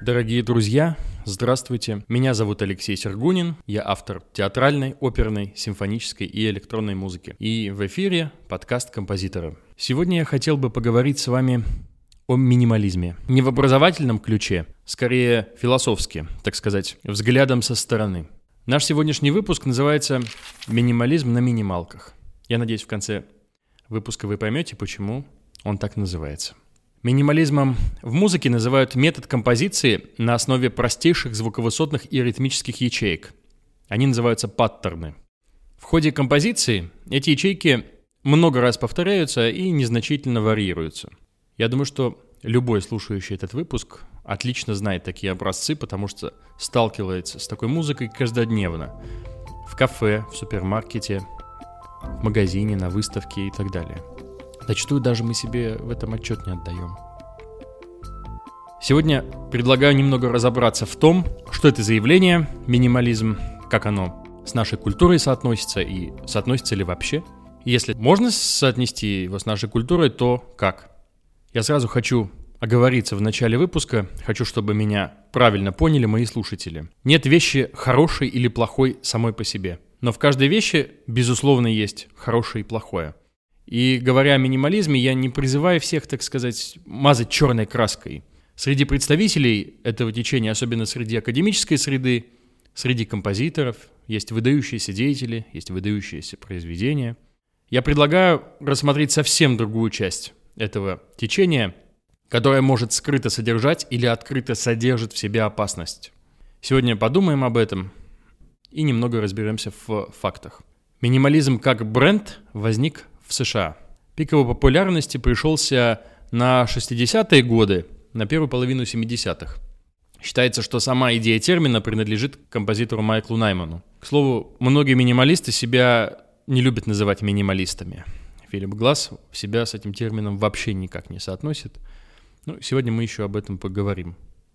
Дорогие друзья, здравствуйте. Меня зовут Алексей Сергунин. Я автор театральной, оперной, симфонической и электронной музыки. И в эфире подкаст композитора. Сегодня я хотел бы поговорить с вами о минимализме. Не в образовательном ключе, скорее философски, так сказать, взглядом со стороны. Наш сегодняшний выпуск называется «Минимализм на минималках». Я надеюсь, в конце выпуска вы поймете, почему он так называется. Минимализмом в музыке называют метод композиции на основе простейших звуковысотных и ритмических ячеек. Они называются паттерны. В ходе композиции эти ячейки много раз повторяются и незначительно варьируются. Я думаю, что любой слушающий этот выпуск отлично знает такие образцы, потому что сталкивается с такой музыкой каждодневно. В кафе, в супермаркете, в магазине, на выставке и так далее. Зачастую даже мы себе в этом отчет не отдаем. Сегодня предлагаю немного разобраться в том, что это за явление, минимализм, как оно с нашей культурой соотносится и соотносится ли вообще. Если можно соотнести его с нашей культурой, то как? Я сразу хочу оговориться в начале выпуска, хочу, чтобы меня правильно поняли мои слушатели. Нет вещи хорошей или плохой самой по себе, но в каждой вещи, безусловно, есть хорошее и плохое. И говоря о минимализме, я не призываю всех, так сказать, мазать черной краской. Среди представителей этого течения, особенно среди академической среды, среди композиторов, есть выдающиеся деятели, есть выдающиеся произведения. Я предлагаю рассмотреть совсем другую часть этого течения, которое может скрыто содержать или открыто содержит в себе опасность. Сегодня подумаем об этом и немного разберемся в фактах. Минимализм как бренд возник в США. Пик его популярности пришелся на 60-е годы, на первую половину 70-х. Считается, что сама идея термина принадлежит композитору Майклу Найману. К слову, многие минималисты себя не любят называть минималистами. Филипп Гласс себя с этим термином вообще никак не соотносит. Сегодня мы еще об этом поговорим.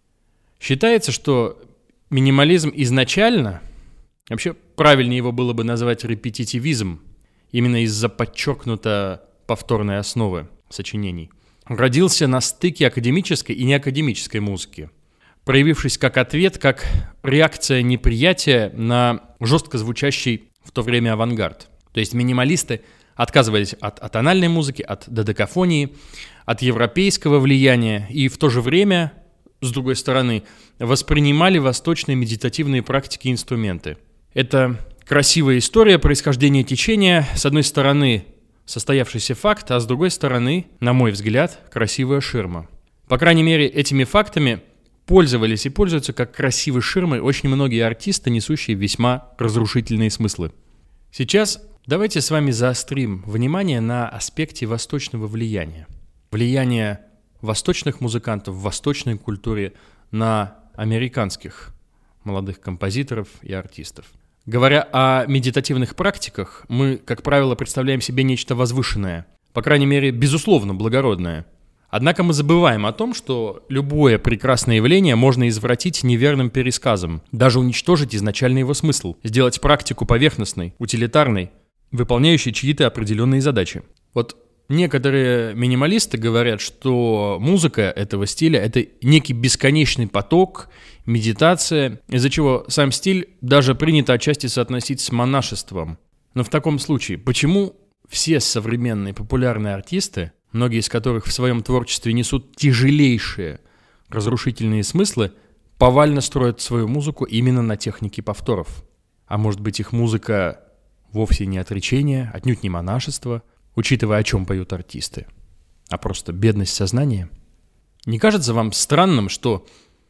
Считается, что минимализм изначально, вообще правильнее его было бы назвать репетитивизм, именно из-за подчеркнуто повторной основы сочинений, родился на стыке академической и неакадемической музыки, проявившись как ответ, как реакция неприятия на жестко звучащий в то время авангард. То есть минималисты отказывались от атональной музыки, от додекафонии, от европейского влияния и в то же время, с другой стороны, воспринимали восточные медитативные практики и инструменты. Это красивая история происхождения течения, с одной стороны, состоявшийся факт, а с другой стороны, на мой взгляд, красивая ширма. По крайней мере, этими фактами пользовались и пользуются как красивой ширмой очень многие артисты, несущие весьма разрушительные смыслы. Сейчас давайте с вами заострим внимание на аспекте восточного влияния. Влияние восточных музыкантов в восточной культуре на американских молодых композиторов и артистов. Говоря о медитативных практиках, мы, как правило, представляем себе нечто возвышенное, по крайней мере, безусловно, благородное. Однако мы забываем о том, что любое прекрасное явление можно извратить неверным пересказом, даже уничтожить изначальный его смысл, сделать практику поверхностной, утилитарной, выполняющей чьи-то определенные задачи. Вот некоторые минималисты говорят, что музыка этого стиля – это некий бесконечный поток, медитация, из-за чего сам стиль даже принято отчасти соотносить с монашеством. Но в таком случае, почему все современные популярные артисты, многие из которых в своем творчестве несут тяжелейшие разрушительные смыслы, повально строят свою музыку именно на технике повторов? А может быть, их музыка вовсе не отречение, отнюдь не монашество, учитывая, о чем поют артисты, а просто бедность сознания? Не кажется вам странным, что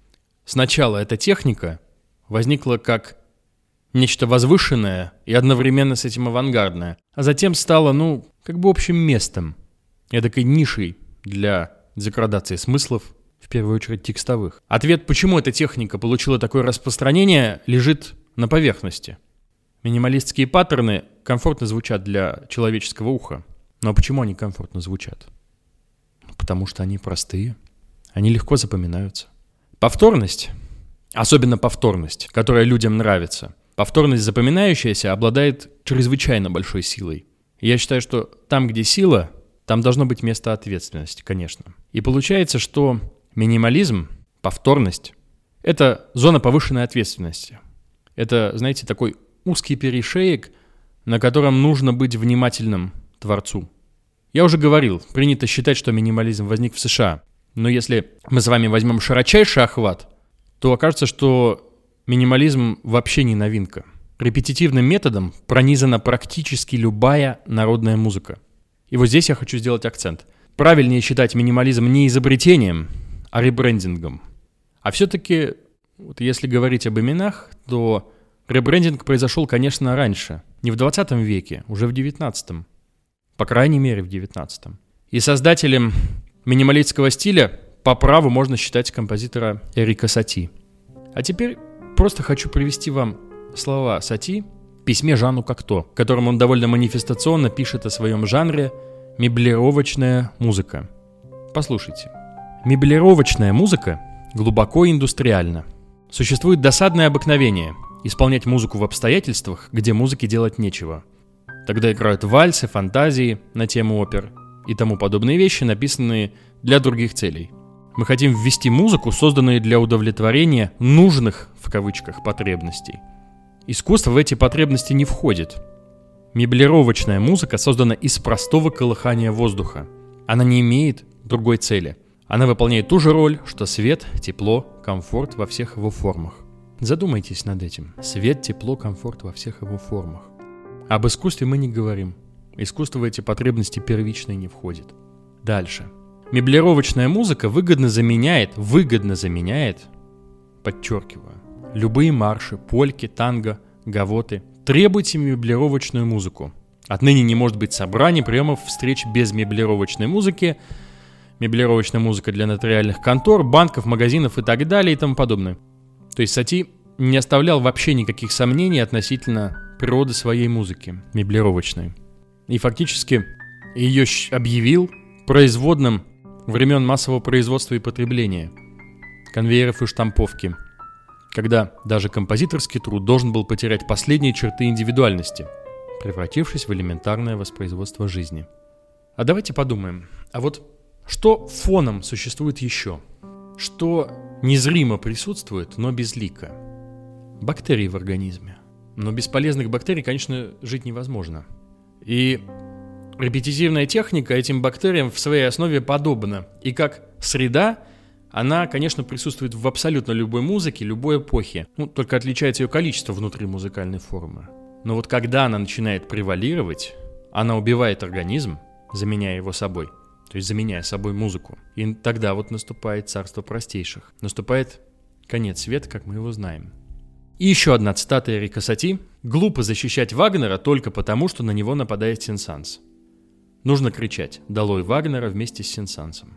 сначала эта техника возникла как нечто возвышенное и одновременно с этим авангардное, а затем стала, как бы общим местом, эдакой нишей для деградации смыслов, в первую очередь текстовых? Ответ, почему эта техника получила такое распространение, лежит на поверхности. Минималистские паттерны комфортно звучат для человеческого уха. Но почему они комфортно звучат? Потому что они простые, они легко запоминаются. Повторность, особенно повторность, которая людям нравится, повторность запоминающаяся обладает чрезвычайно большой силой. И я считаю, что там, где сила, там должно быть место ответственности, конечно. И получается, что минимализм, повторность, Это зона повышенной ответственности. Это, знаете, такой узкий перешеек, на котором нужно быть внимательным творцу. Я уже говорил, принято считать, что минимализм возник в США. Но если мы с вами возьмем широчайший охват, то окажется, что минимализм вообще не новинка. Репетитивным методом пронизана практически любая народная музыка. И вот здесь я хочу сделать акцент. Правильнее считать минимализм не изобретением, а ребрендингом. А все-таки, вот если говорить об именах, то ребрендинг произошел, конечно, раньше. Не в 20 веке, уже в 19. По крайней мере, в 19. И создателем минималистского стиля по праву можно считать композитора Эрика Сати. А теперь просто хочу привести вам слова Сати в письме Жану Кокто, в котором он довольно манифестационно пишет о своем жанре «меблировочная музыка». Послушайте. Меблировочная музыка глубоко индустриальна. Существует досадное обыкновение исполнять музыку в обстоятельствах, где музыке делать нечего. Тогда играют вальсы, фантазии на тему опер и тому подобные вещи, написанные для других целей. Мы хотим ввести музыку, созданную для удовлетворения «нужных» в кавычках потребностей. Искусство в эти потребности не входит. Меблировочная музыка создана из простого колыхания воздуха. Она не имеет другой цели. Она выполняет ту же роль, что свет, тепло, комфорт во всех его формах. Задумайтесь над этим. Свет, тепло, комфорт во всех его формах. Об искусстве мы не говорим. Искусство в эти потребности первичные не входит. Дальше. Меблировочная музыка выгодно заменяет, подчеркиваю, любые марши, польки, танго, гавоты. Требуйте меблировочную музыку. Отныне не может быть собраний, приемов, встреч без меблировочной музыки. Меблировочная музыка для нотариальных контор, банков, магазинов и так далее и тому подобное. То есть Сати не оставлял вообще никаких сомнений относительно природы своей музыки, меблировочной. И фактически ее объявил производным времен массового производства и потребления, конвейеров и штамповки, когда даже композиторский труд должен был потерять последние черты индивидуальности, превратившись в элементарное воспроизводство жизни. А давайте подумаем, а вот что фоном существует еще? Что незримо присутствует, но безлико? Бактерии в организме. Но без полезных бактерий, конечно, жить невозможно. И репетитивная техника этим бактериям в своей основе подобна. И как среда, она, конечно, присутствует в абсолютно любой музыке, любой эпохе. Только отличается ее количество внутри музыкальной формы. Но вот когда она начинает превалировать, она убивает организм, заменяя его собой. То есть заменяя собой музыку. И тогда вот наступает царство простейших. Наступает конец света, как мы его знаем. И еще одна цитата Эрика Сати. «Глупо защищать Вагнера только потому, что на него нападает Сен-Санс. Нужно кричать «Долой Вагнера» вместе с Сен-Сансом».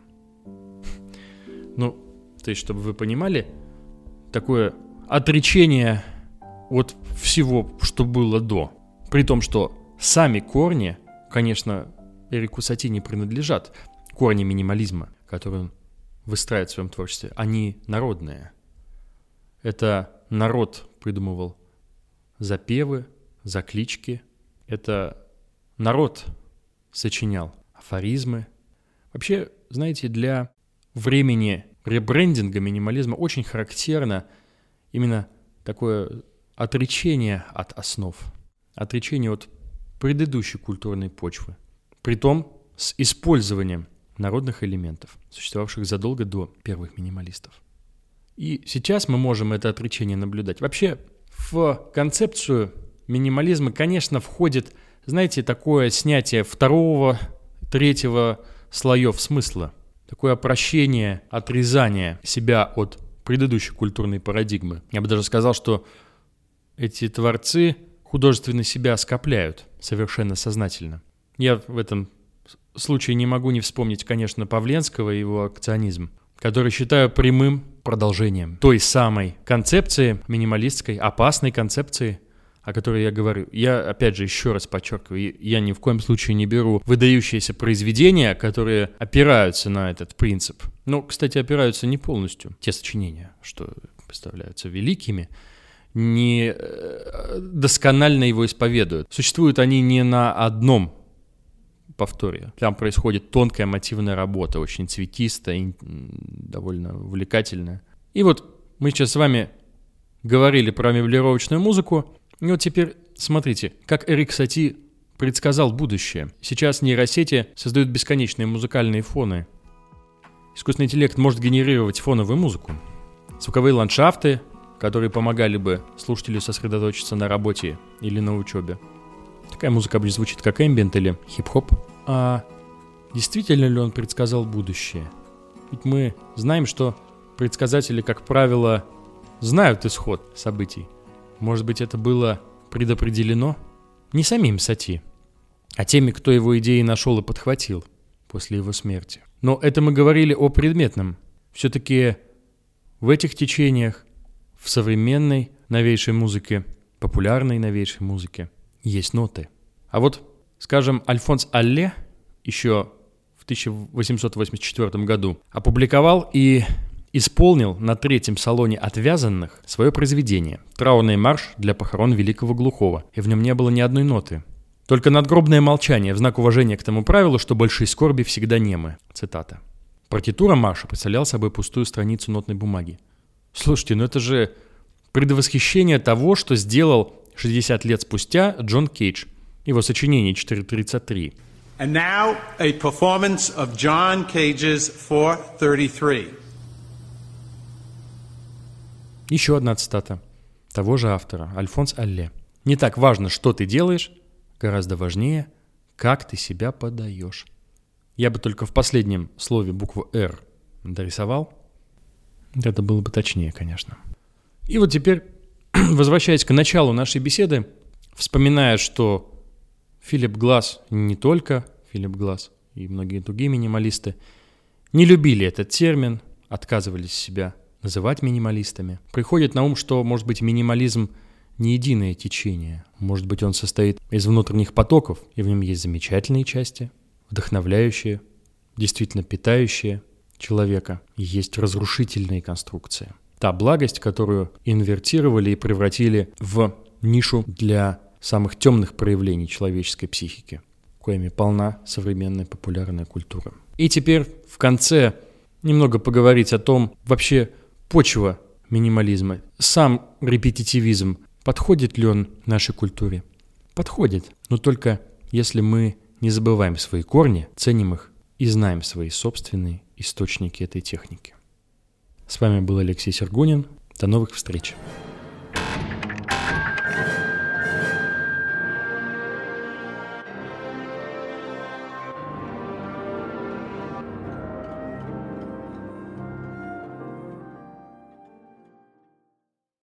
То есть, чтобы вы понимали, такое отречение от всего, что было до. При том, что сами корни, конечно, Эрику Сати не принадлежат. Корни минимализма, которые он выстраивает в своем творчестве, они народные. Это народ придумывал запевы, заклички. Это народ сочинял афоризмы. Вообще, знаете, для времени ребрендинга минимализма очень характерно именно такое отречение от основ, отречение от предыдущей культурной почвы. Притом с использованием народных элементов, существовавших задолго до первых минималистов. И сейчас мы можем это отречение наблюдать. Вообще в концепцию минимализма, конечно, входит, знаете, такое снятие второго, третьего слоев смысла. Такое опрощение, отрезание себя от предыдущей культурной парадигмы. Я бы даже сказал, что эти творцы художественно себя скопляют совершенно сознательно. Я в этом случае не могу не вспомнить, конечно, Павленского и его акционизм, который считаю прямым продолжением той самой концепции, минималистской, опасной концепции, о которой я говорю. Я, опять же, еще раз подчеркиваю, я ни в коем случае не беру выдающиеся произведения, которые опираются на этот принцип. Кстати, опираются не полностью. Те сочинения, что представляются великими, не досконально его исповедуют. Существуют они не на одном повторе. Там происходит тонкая мотивная работа, очень цветистая и довольно увлекательная. И вот Мы сейчас с вами говорили про меблировочную музыку, и вот теперь смотрите, как Эрик Сати предсказал будущее. Сейчас нейросети создают бесконечные музыкальные фоны. Искусственный интеллект может генерировать фоновую музыку, звуковые ландшафты, которые помогали бы слушателю сосредоточиться на работе или на учебе. Такая музыка звучит как эмбиент или хип-хоп. А действительно ли он предсказал будущее? Ведь мы знаем, что предсказатели, как правило, знают исход событий. Может быть, это было предопределено не самим Сати, а теми, кто его идеи нашел и подхватил после его смерти. Но это мы говорили о предметном. Все-таки в этих течениях, в современной новейшей музыке, популярной новейшей музыке, есть ноты. А вот, скажем, Альфонс Алле еще в 1884 году опубликовал и исполнил на 3-м салоне отвязанных свое произведение «Траурный марш для похорон великого глухого», и в нем не было ни одной ноты. Только надгробное молчание в знак уважения к тому правилу, что большие скорби всегда немы. Цитата. Партитура марша представляла собой пустую страницу нотной бумаги. Слушайте, ну это же предвосхищение того, что сделал 60 лет спустя Джон Кейдж, его сочинение 433. And now a performance of John Cage's 433. Еще одна цитата того же автора, Альфонс Алле. «Не так важно, что ты делаешь, гораздо важнее, как ты себя подаешь». Я бы только в последнем слове букву «Р» дорисовал. Это было бы точнее, конечно. И вот теперь, возвращаясь к началу нашей беседы, вспоминая, что Филипп Гласс, не только Филипп Гласс и многие другие минималисты, не любили этот термин, отказывались себя называть минималистами. Приходит на ум, что, может быть, минимализм не единое течение. Может быть, он состоит из внутренних потоков, и в нем есть замечательные части, вдохновляющие, действительно питающие человека. И есть разрушительные конструкции. Та благость, которую инвертировали и превратили в нишу для самых темных проявлений человеческой психики, коими полна современная популярная культура. И теперь в конце немного поговорить о том, вообще почва минимализма, сам репетитивизм, подходит ли он нашей культуре? Подходит, но только если мы не забываем свои корни, ценим их и знаем свои собственные источники этой техники. С вами был Алексей Сергунин. До новых встреч!